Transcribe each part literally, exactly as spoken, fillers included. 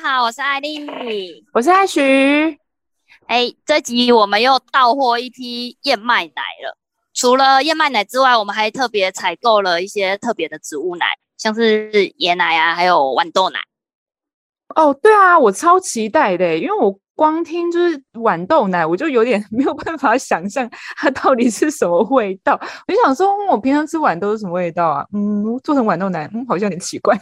好，我是艾丽， 我是艾徐。 哎，这集我们又到货一批燕麦奶了。除了燕麦奶之外，我们还特别采购了一些特别的植物奶，像是椰奶啊，还有豌豆奶。 哦，对啊，我超期待的，因为我光听就是豌豆奶，我就有点没有办法想象它到底是什么味道。我就想说，嗯我平常吃豌豆是什么味道啊？嗯，做成豌豆奶，嗯，好像有点奇怪。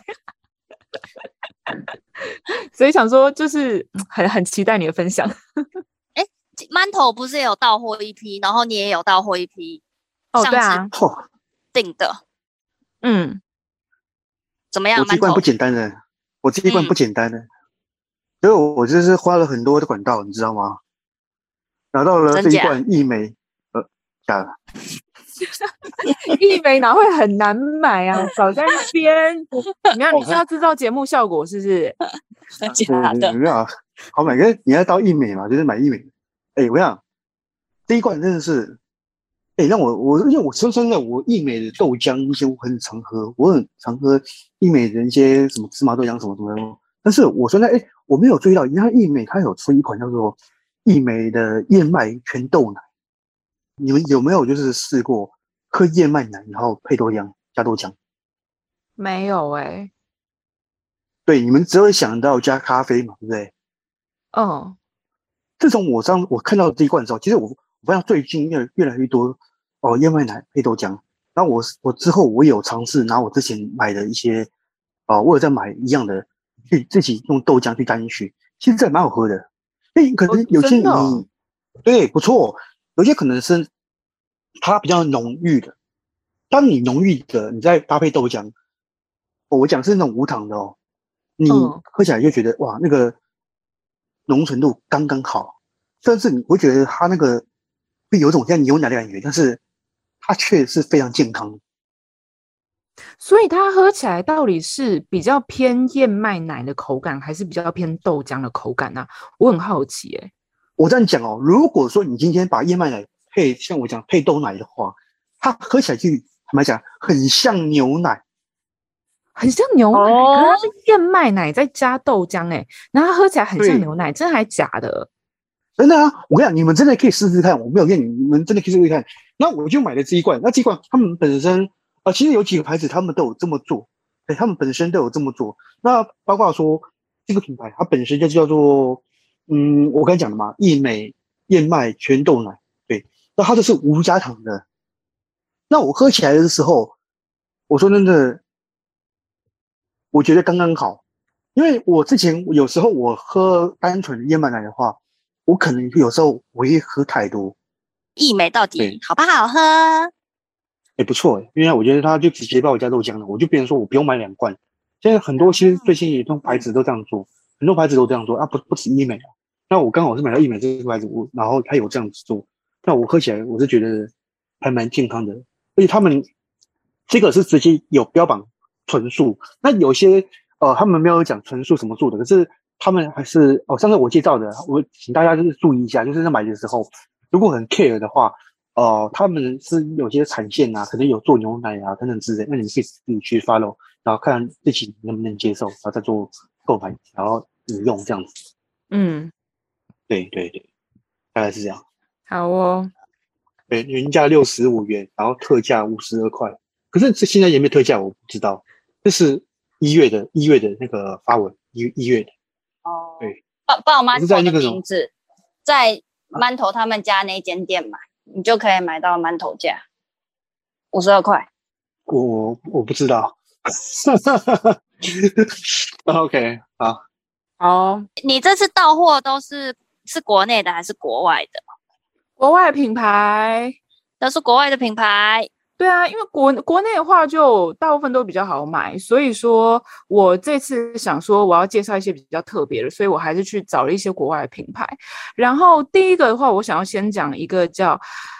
所以想说，就是嗯很很期待你的分享。 哎，馒头不是也有到货一批，然后你也有到货一批， 哦，对上次啊， 嚯、 订的， 嗯， 怎么样？ 我这一罐不馒头？ 简单的，我这一罐不嗯， 简单的，所以我就是花了很多的管道，你知道吗？拿到了这一真假？ 罐益美，呃，假的， 一枚哪会很难买啊？少在那边，你要你是哦， 要制造节目效果是不是？ 假的。 没有啊，好买个你要到益美嘛，就是买益美。哎，我想这一罐真的是，哎，让我我因为我说真的，我益美的豆浆那些我很常喝，我很常喝益美的一些什么芝麻豆浆什么什么的。但是我说呢，哎，我没有注意到，原来益美它有出一款叫做益美的燕麦全豆奶。你们有没有就是试过喝燕麦奶，然后配豆浆加豆浆？ 没有哎、 对，你们只会想到加咖啡嘛，对不对？ 嗯。 自从我上我看到这一罐之后，其实我我发现最近越越来越多哦燕麦奶配豆浆。然后我我之后我也有尝试拿我之前买的一些哦，我有在买一样的，去自己用豆浆去加进去，其实这蛮好喝的。因为可哦， 能有些真的哦， 你对不错，有些可能是它比较浓郁的。当你浓郁的，你再搭配豆浆，哦我讲是那种无糖的哦，你嗯， 喝起来就觉得哇，那个浓醇度刚刚好，但是你会觉得它那个会有种像牛奶的感觉，但是它却是非常健康的。 所以它喝起来到底是比较偏燕麦奶的口感，还是比较偏豆浆的口感呢、啊？我很好奇、欸， 我这样讲哦，如果说你今天把燕麦奶配像我讲配豆奶的话，它喝起来就坦白讲很像牛奶。 很像牛奶，可是它哦， 是燕麦奶再加豆浆、欸，哎，然后它喝起来很像对， 牛奶，真的还假的？ 真的啊，我跟你讲，你们真的可以试试看，我没有骗你，你们真的可以试试看。那我就买了这一罐，那这一罐他们本身啊、呃其实有几个牌子他们都有这么做，对，他们本身都有这么做。那包括说这个品牌，它本身就叫做，嗯，我刚才讲的嘛，益美燕麦全豆奶，对，那它就是无加糖的。那我喝起来的时候，我说真的，我觉得刚刚好，因为我之前有时候我喝单纯的燕麦奶的话，我可能有时候我会喝太多。 益美到底对， 好不好喝？ 也不错诶，因为我觉得它就直接帮我加豆浆了，我就变成说我不用买两罐。现在很多其实最新一种牌子都这样做，很多牌子都这样做啊，不不止医美啊。那我刚好是买到医美这个牌子，我然后它有这样子做，那我喝起来我是觉得还蛮健康的，而且他们这个是直接有标榜纯素，那有些呃他们没有讲纯素什么素的，可是他们还是哦，上次我介绍的，我请大家就是注意一下，就是在买的时候，如果很 care 的话。哦，他们是有些产线啊，可能有做牛奶啊等等之类，那你可以自己去 follow，然后看自己能不能接受，然后再做购买，然后饮用这样子。 嗯， 对对对，大概是这样。 好哦， 对，原价六十五元，然后特价五十二块，可是这现在有没有特价我不知道，这是一月的一月的那个发文，一一月的。 哦， 对， 报报我是馒头的在那个什么名字，在馒头他们家那间店买，你就可以买到馒头价五十二块。 我我我不知道。OK， 好。 好， 你这次到货都是是国内的还是国外的？ 国外品牌， 都是国外的品牌。 对啊，因为国国内的话就大部分都比较好买，所以说我这次想说我要介绍一些比较特别的，所以我还是去找了一些国外的品牌。然后第一个的话，我想要先讲一个叫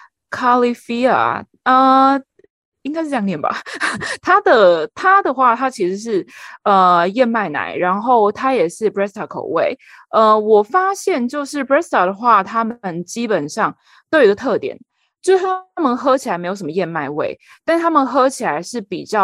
Califia，呃，应该是这样念吧。它的它的话，它其实是呃燕麦奶，然后它也是 Bresta 口味。呃，我发现就是 Bresta 的话，他们基本上都有一个特点。就是他们喝起来没有什么燕麦味，但是他们喝起来是比较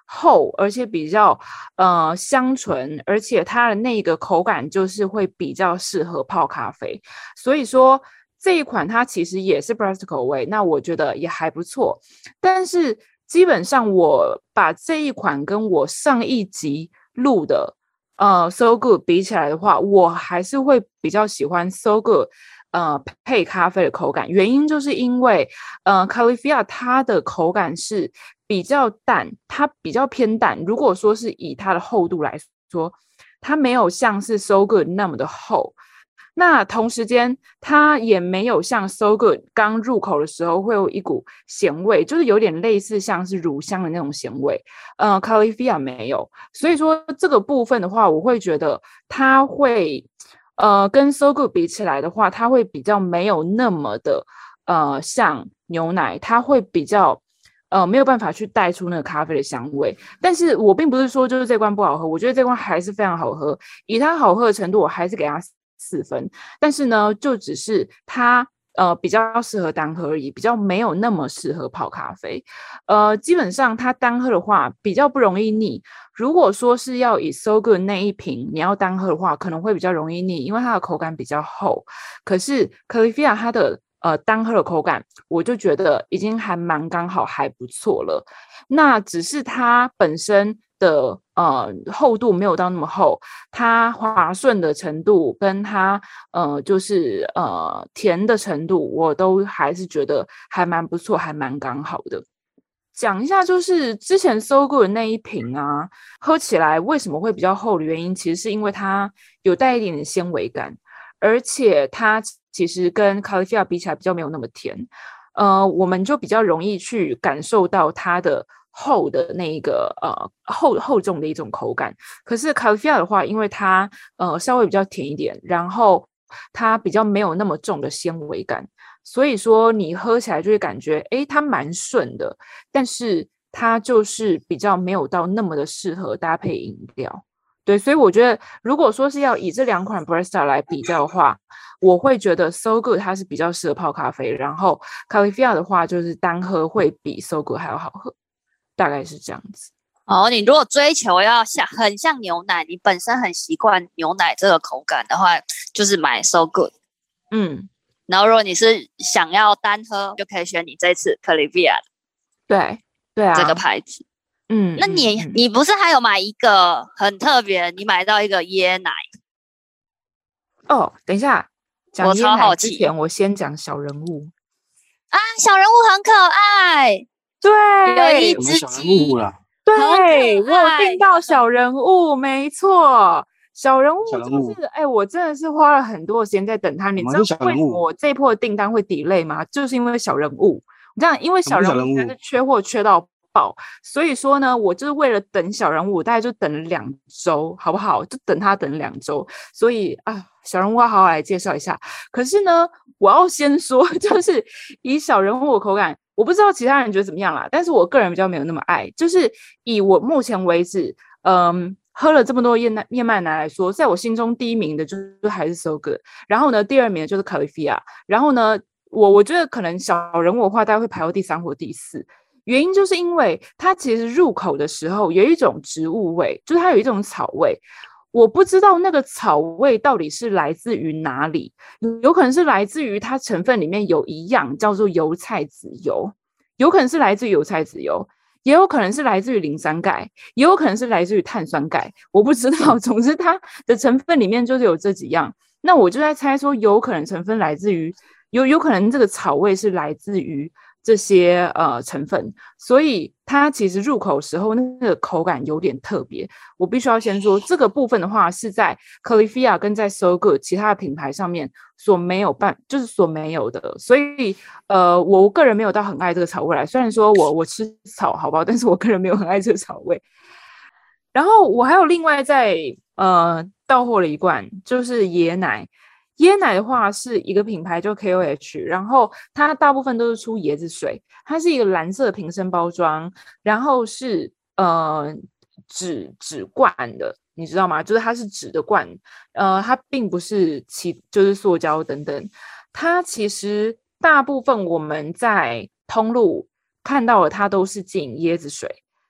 厚，而且比较呃香醇，而且它的那个口感就是会比较适合泡咖啡。所以说这一款它其实也是 Brewster 口味，那我觉得也还不错。但是基本上我把这一款跟我上一集录的呃 So Good 比起来的话，我还是会比较喜欢 So Good 呃配咖啡的口感。原因就是因为呃 Califia 它的口感是比较淡，它比较偏淡。如果说是以它的厚度来说，它没有像是 So Good 那么的厚。那同时间，它也没有像 So Good 刚入口的时候会有一股咸味，就是有点类似像是乳香的那种咸味。呃 Califia 没有，所以说这个部分的话，我会觉得它会呃跟 So Good 比起来的话，它会比较没有那么的呃像牛奶，它会比较呃没有办法去带出那个咖啡的香味。但是我并不是说就是这罐不好喝，我觉得这罐还是非常好喝，以它好喝的程度，我还是给它四分，但是呢，就只是它呃比较适合单喝而已，比较没有那么适合泡咖啡。呃，基本上它单喝的话比较不容易腻。如果说是要以 So Good 那一瓶你要单喝的话，可能会比较容易腻，因为它的口感比较厚。可是 Califia 它的呃单喝的口感，我就觉得已经还蛮刚好，还不错了。那只是它本身的呃厚度没有到那么厚，它滑顺的程度跟它呃就是呃甜的程度，我都还是觉得还蛮不错，还蛮刚好的。讲一下就是之前 So Good 的那一瓶啊，喝起来为什么会比较厚的原因，其实是因为它有带一点点纤维感，而且它其实跟 Califia 比起来比较没有那么甜，呃，我们就比较容易去感受到它的厚的那一个呃厚厚重的一种口感。可是 Califia 的话，因为它呃稍微比较甜一点，然后它比较没有那么重的纤维感，所以说你喝起来就会感觉诶它蛮顺的，但是它就是比较没有到那么的适合搭配饮料。对，所以我觉得如果说是要以这两款 Barista 来比较的话，我会觉得 So Good 它是比较适合泡咖啡，然后 Califia 的话就是单喝会比 So Good 还要好喝，大概是这样子。 哦，你如果追求要像很像牛奶，你本身很习惯牛奶这个口感的话，就是买 So Good。 嗯， 然后如果你是想要单喝，就可以选你这次 Califia 对对啊， 这个牌子。 嗯， 那你、 嗯、 你不是还有买一个很特别，你买到一个椰奶？ 哦，等一下，讲我超好奇之前我先讲小人物啊，小人物很可爱， 对， 有一只鸡啦。 对，我有订到小人物，没错，小人物就是哎、欸，我真的是花了很多时间在等它。你知道为什么我这一波的订单会 delay 吗？就是因为小人物，这样因为小人物真的是缺货缺到爆，所以说呢，我就是为了等小人物，大概就等了两周，好不好？就等他等两周，所以啊，小人物要好好来介绍一下。可是呢，我要先说，就是以小人物的口感，我不知道其他人觉得怎么样啦，但是我个人比较没有那么爱。就是以我目前为止，嗯，喝了这么多燕麦燕麦奶来说，在我心中第一名的就是还是 So Good， 然后呢，第二名的就是 Califia， 然后呢，我我觉得可能小人物的话，大概会排到第三或第四。原因就是因为它其实入口的时候有一种植物味，就是它有一种草味，我不知道那个草味到底是来自于哪里，有可能是来自于它成分里面有一样叫做油菜籽油，有可能是来自于油菜籽油，也有可能是来自于磷酸钙，也有可能是来自于碳酸钙，我不知道。总之它的成分里面就是有这几样，那我就在猜说有可能成分来自于有有可能这个草味是来自于这些呃成分，所以它其实入口时候那个口感有点特别。我必须要先说这个部分的话，是在 Califia 跟在 So Good 其他的品牌上面所没有办，就是所没有的。所以呃，我个人没有到很爱这个草味来，虽然说我我吃草好不好，但是我个人没有很爱这个草味。然后我还有另外在呃到货了一罐，就是椰奶。椰奶的话是一个品牌叫 K O H， 然后它大部分都是出椰子水，它是一个蓝色瓶身包装，然后是呃纸纸罐的，你知道吗？就是它是纸的罐，呃，它并不是其就是塑胶等等。它其实大部分我们在通路看到的，它都是进椰子水，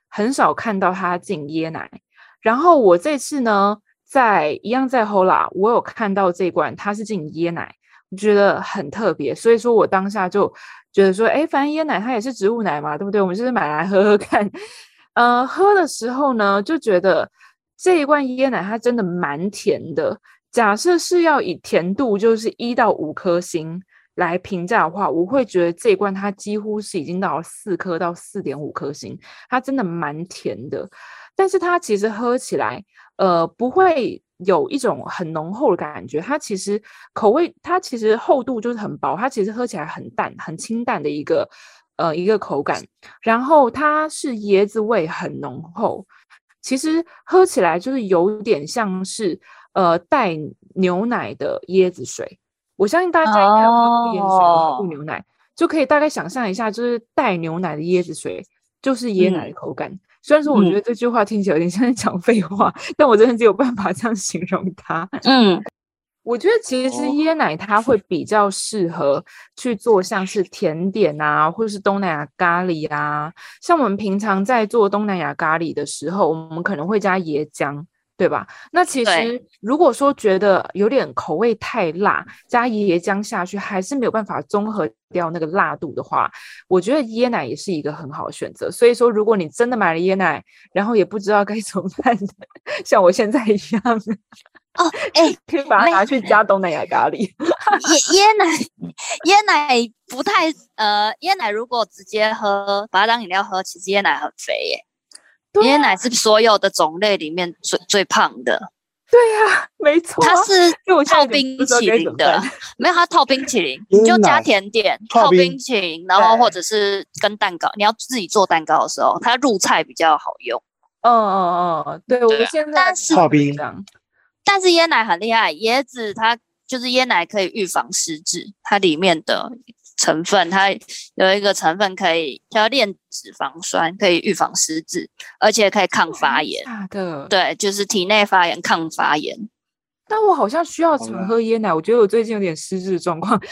很少看到它进椰奶。然后我这次呢，在一样在 Hola， 我有看到这一罐它是进椰奶，我觉得很特别，所以说我当下就觉得说，哎，反正椰奶它也是植物奶嘛，对不对？我们就是买来喝喝看。呃，喝的时候呢，就觉得这一罐椰奶它真的蛮甜的。假设是要以甜度就是一到五颗星来评价的话，我会觉得这一罐它几乎是已经到了四颗到四点五颗星，它真的蛮甜的。但是它其实喝起来，呃，不会有一种很浓厚的感觉。它其实口味，它其实厚度就是很薄，它其实喝起来很淡、很清淡的一个呃一个口感。然后它是椰子味很浓厚，其实喝起来就是有点像是呃带牛奶的椰子水。我相信大家应该有喝过椰子水，有喝过牛奶，就可以大概想象一下，就是带牛奶的椰子水就是椰奶的口感。嗯，虽然说我觉得这句话听起来有点像在讲废话，嗯，但我真的只有办法这样形容它。嗯，我觉得其实椰奶它会比较适合去做像是甜点啊，或者是东南亚咖喱啊。像我们平常在做东南亚咖喱的时候，我们可能会加椰浆，对吧？那其实如果说觉得有点口味太辣，加椰浆下去还是没有办法综合掉那个辣度的话，我觉得椰奶也是一个很好的选择。所以说如果你真的买了椰奶，然后也不知道该怎么办，像我现在一样哦，哎、欸， 可以把它拿去加东南亚咖喱。 椰椰奶，椰奶不太呃，椰奶如果直接喝，把它当饮料喝，其实椰奶很肥耶。椰奶是所有的种类里面最最胖的。 对呀、啊，没错， 它是套冰淇淋的，没有它套冰淇淋，你就加甜点套冰淇淋，然后或者是跟蛋糕，你要自己做蛋糕的时候，它入菜比较好用。 嗯嗯嗯，对，我现在套冰， 但是椰奶很厉害，椰子它就是椰奶可以预防失智，它里面的成分，它有一个成分可以叫链脂肪酸，可以预防失智，而且可以抗发炎。 假的？对， 就是体内发炎、抗发炎。 但我好像需要常喝椰奶，我觉得我最近有点失智的状况。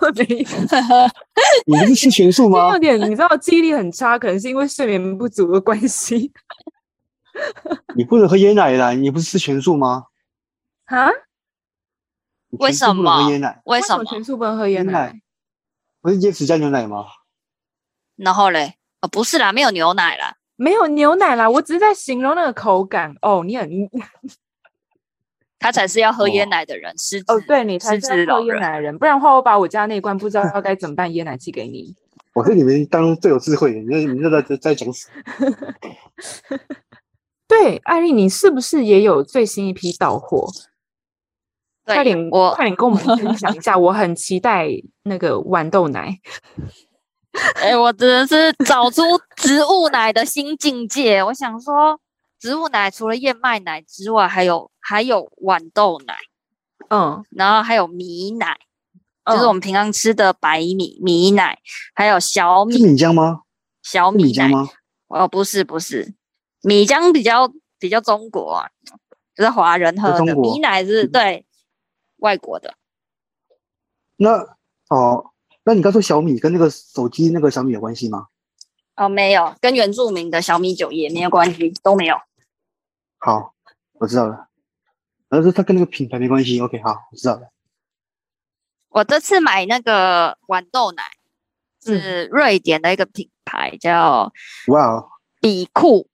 你不是吃全素吗？ 有点，你知道记忆力很差，可能是因为睡眠不足的关系。 你不能喝椰奶啦，你不是吃全素吗？ 啊？ 为什么？ 喝椰奶？ 为什么全素不能喝椰奶？ 不是椰子加牛奶吗？ 然后嘞，哦，不是啦，没有牛奶啦， 没有牛奶啦，我只是在形容那个口感。哦，你很， 他才是要喝椰奶的人，失智哦，对，你才是要喝椰奶的人，不然的话，我把我家那一罐不知道要该怎么办椰奶寄给你。 我是你们当中最有智慧的，你你在在在讲什么？ 对，艾莉，你是不是也有最新一批到货？快点，我快点跟我们分享一下，我很期待那个豌豆奶。 哎、欸，我真的是找出植物奶的新境界。我想说，植物奶除了燕麦奶之外，还有还有豌豆奶，嗯，然后还有米奶，嗯、就是我们平常吃的白米米奶，还有小米。 是米浆吗？ 小米奶吗？ 哦，不是不是，米浆比较比较中国啊，就是华人喝的。米奶是对。外国的。 那哦，那你刚说小米跟那个手机那个小米有关系吗？ 哦，没有，跟原住民的小米酒也没有关系，都没有。 好，我知道了。然后它跟那个品牌没关系。OK， 好，我知道了。 我这次买那个豌豆奶是瑞典的一个品牌，叫哇比库。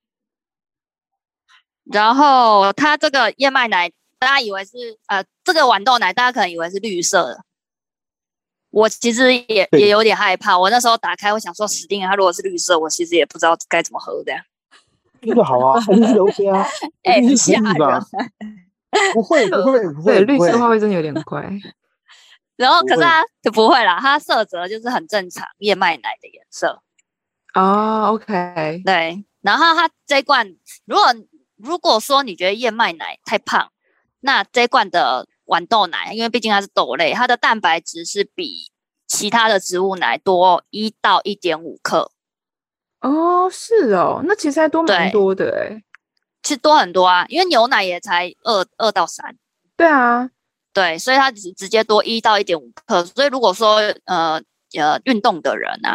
然后它这个燕麦奶。大家以为是呃，这个豌豆奶，大家可能以为是绿色的。我其实也也有点害怕。我那时候打开，我想说死定了，它如果是绿色，我其实也不知道该怎么喝的。 绿色好啊，绿色 OK 啊。 哎、欸，很吓人。 不会不会不会， 绿色的话会真的有点怪。 然后可是它就不会啦，它色泽就是很正常燕麦奶的颜色。 哦 ，OK。 对，然后它这一罐，如果如果说你觉得燕麦奶太胖，那这一罐的豌豆奶，因为毕竟它是豆类，它的蛋白质是比其他的植物奶多一到一点五克。 哦，是哦，那其实还多蛮多的哎， 其实多很多啊，因为牛奶也才二二到三。 对啊， 对，所以它只直接多一到一点五克。所以如果说呃呃运动的人啊，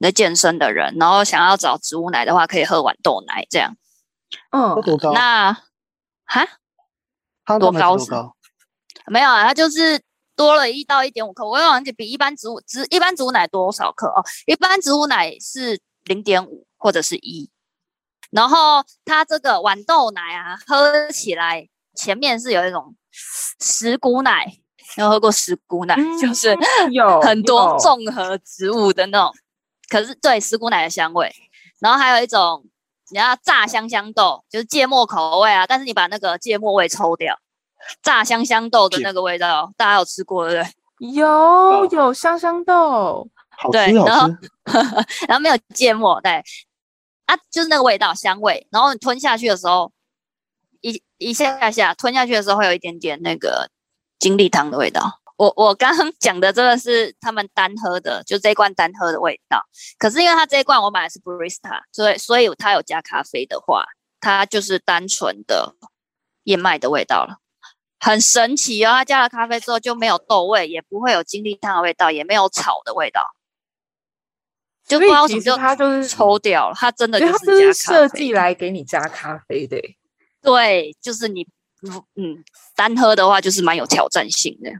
在健身的人，然后想要找植物奶的话，可以喝豌豆奶这样。 嗯， 多高？ 那哈它多高是多高？ 没有啊，它就是多了一到一点五克，我忘记比一般植物植一般植物奶多少克哦？一般植物奶是零点五或者是一，然后它这个豌豆奶啊，喝起来前面是有一种石谷奶，有喝过石谷奶？ 嗯、 就是有很多有综合植物的那种，可是对石谷奶的香味，然后还有一种你要炸香香豆，就是芥末口味啊，但是你把那个芥末味抽掉。炸香香豆的那个味道，大家有吃过对不对？ 有有香香豆， 好吃好吃。 然后没有芥末，对啊，就是那个味道香味。然后你吞下去的时候，一一下下吞下去的时候，会有一点点那个精力汤的味道。我我刚刚讲的这个是他们单喝的，就这一罐单喝的味道。可是因为它这一罐我买的是 Barista， 所以所以它有加咖啡的话，它就是单纯的燕麦的味道了。很神奇哦，它加了咖啡之后就没有豆味，也不会有精力汤的味道，也没有草的味道，就不知道什么就它就是抽掉了。它真的就是加咖啡， 它是设计来给你加咖啡的。 对，就是你嗯单喝的话，就是蛮有挑战性的。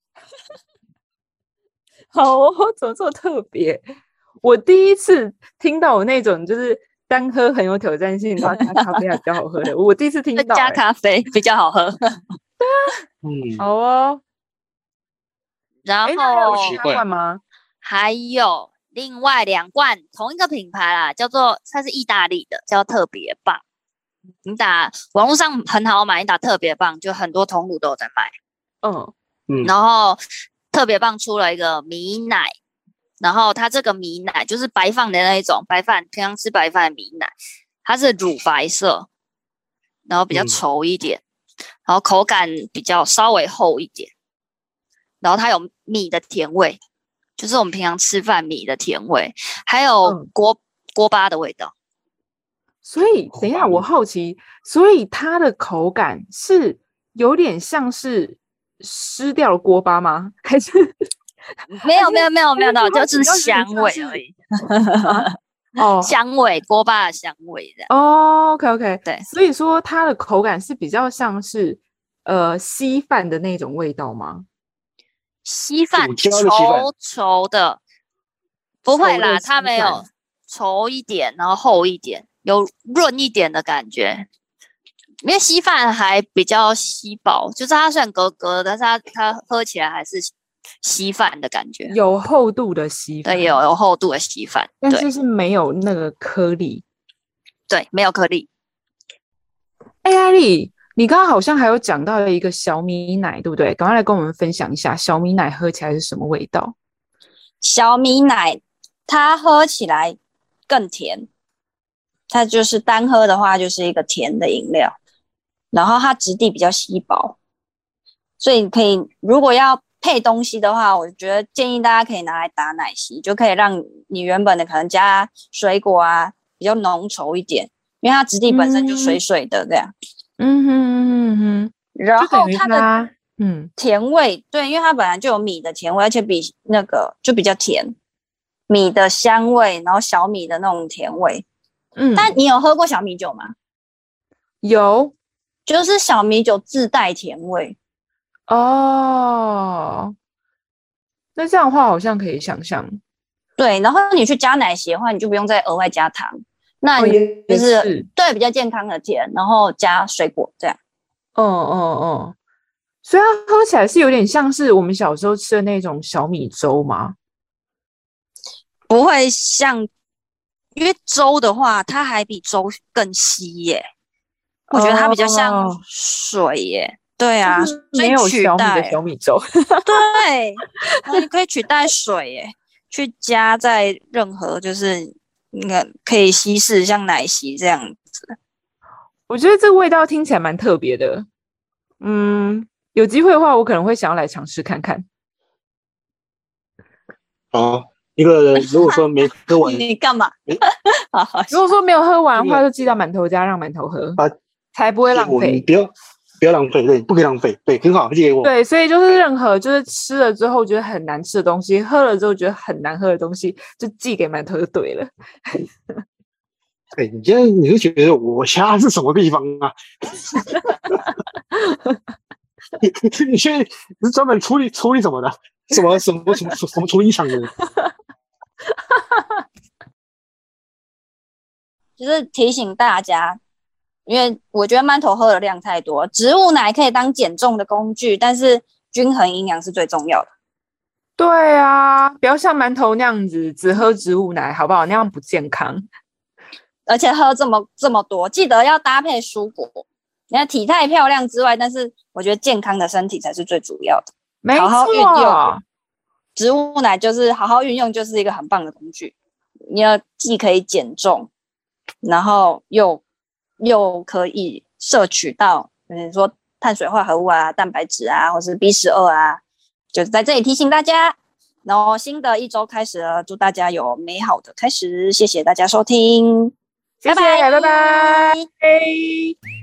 好哦，怎么这么特别？我第一次听到我那种就是单喝很有挑战性，然后加咖啡还比较好喝的，我第一次听到、欸、 加咖啡比较好喝。 嗯， 好哦。 然后还有其他罐吗？ 还有另外两罐同一个品牌啦，叫做它是意大利的，叫特别棒。你打网络上很好买，你打特别棒，就很多通路都有在卖。 嗯嗯， 然后特别棒出了一个米奶，然后它这个米奶就是白饭的那一种，白饭平常吃白饭的米奶，它是乳白色，然后比较稠一点。嗯，然后口感比较稍微厚一点，然后它有米的甜味，就是我们平常吃饭米的甜味，还有锅、嗯、锅巴的味道。 所以等一下，我好奇，所以它的口感是有点像是湿掉了锅巴吗？还是没有没有没有没有的，就是香味而已。哦，香味，锅巴的香味的。 哦 ，OK OK， 对， 所以说它的口感是比较像是呃稀饭的那种味道吗？ 稀饭稠稠的，不会啦，它没有稠一点，然后厚一点，有润一点的感觉。因为稀饭还比较稀薄，就是它虽然格格的，但是它它喝起来还是稀饭的感觉， 有厚度的稀饭， 对，有有厚度的稀饭， 但是是没有那个颗粒， 对，没有颗粒。 哎，艾莉，你刚刚好像还有讲到了一个小米奶，对不对？赶快来跟我们分享一下小米奶喝起来是什么味道？ 小米奶它喝起来更甜，它就是单喝的话就是一个甜的饮料，然后它质地比较稀薄，所以你可以如果要配东西的话，我觉得建议大家可以拿来打奶昔，就可以让你原本的可能加水果啊比较浓稠一点，因为它质地本身就水水的这样。 嗯哼嗯哼， 然后它的嗯甜味，嗯、对，因为它本来就有米的甜味，而且比那个就比较甜，米的香味，然后小米的那种甜味。嗯，但你有喝过小米酒吗？ 有， 就是小米酒自带甜味。 哦，那这样的话好像可以想象。 对，然后你去加奶昔的话，你就不用再额外加糖，那你就是、哦、是对比较健康的甜，然后加水果这样。 嗯嗯嗯，所以它喝起来是有点像是我们小时候吃的那种小米粥吗？ 不会像，因为粥的话，它还比粥更稀耶。我觉得它比较像水耶。哦，对啊， 没有小米的小米粥。 对，你可以取代水耶，去加在任何就是那个可以稀释像奶昔这样子。 我觉得这个味道听起来蛮特别的。嗯，有机会的话，我可能会想要来尝试看看。 好，一个如果说没喝完， 你干嘛？ 如果说没有喝完的话，就寄到馒头家让馒头喝，才不会浪费。 不要不要浪费，对，不可以浪费，对，很好，寄给我。 对，所以就是任何就是吃了之后觉得很难吃的东西，喝了之后觉得很难喝的东西，就寄给馒头就对了。 哎，你现在你是觉得我家是什么地方啊？你现在你是专门处理处理什么的？什么什么什么什么处理厂的？ 就是提醒大家，因为我觉得馒头喝的量太多，植物奶可以当减重的工具，但是均衡营养是最重要的。 对啊，不要像馒头那样子只喝植物奶，好不好？那样不健康。 而且喝这么这么多，记得要搭配蔬果。你看体态漂亮之外，但是我觉得健康的身体才是最主要的。 没错， 好好运用植物奶就是好好运用，就是一个很棒的工具。你要既可以减重，然后又又可以摄取到，比如说碳水化合物啊、蛋白质啊，或是 B 十二 啊，就是在这里提醒大家。然后新的一周开始了，祝大家有美好的开始，谢谢大家收听， 谢谢，拜拜。拜拜。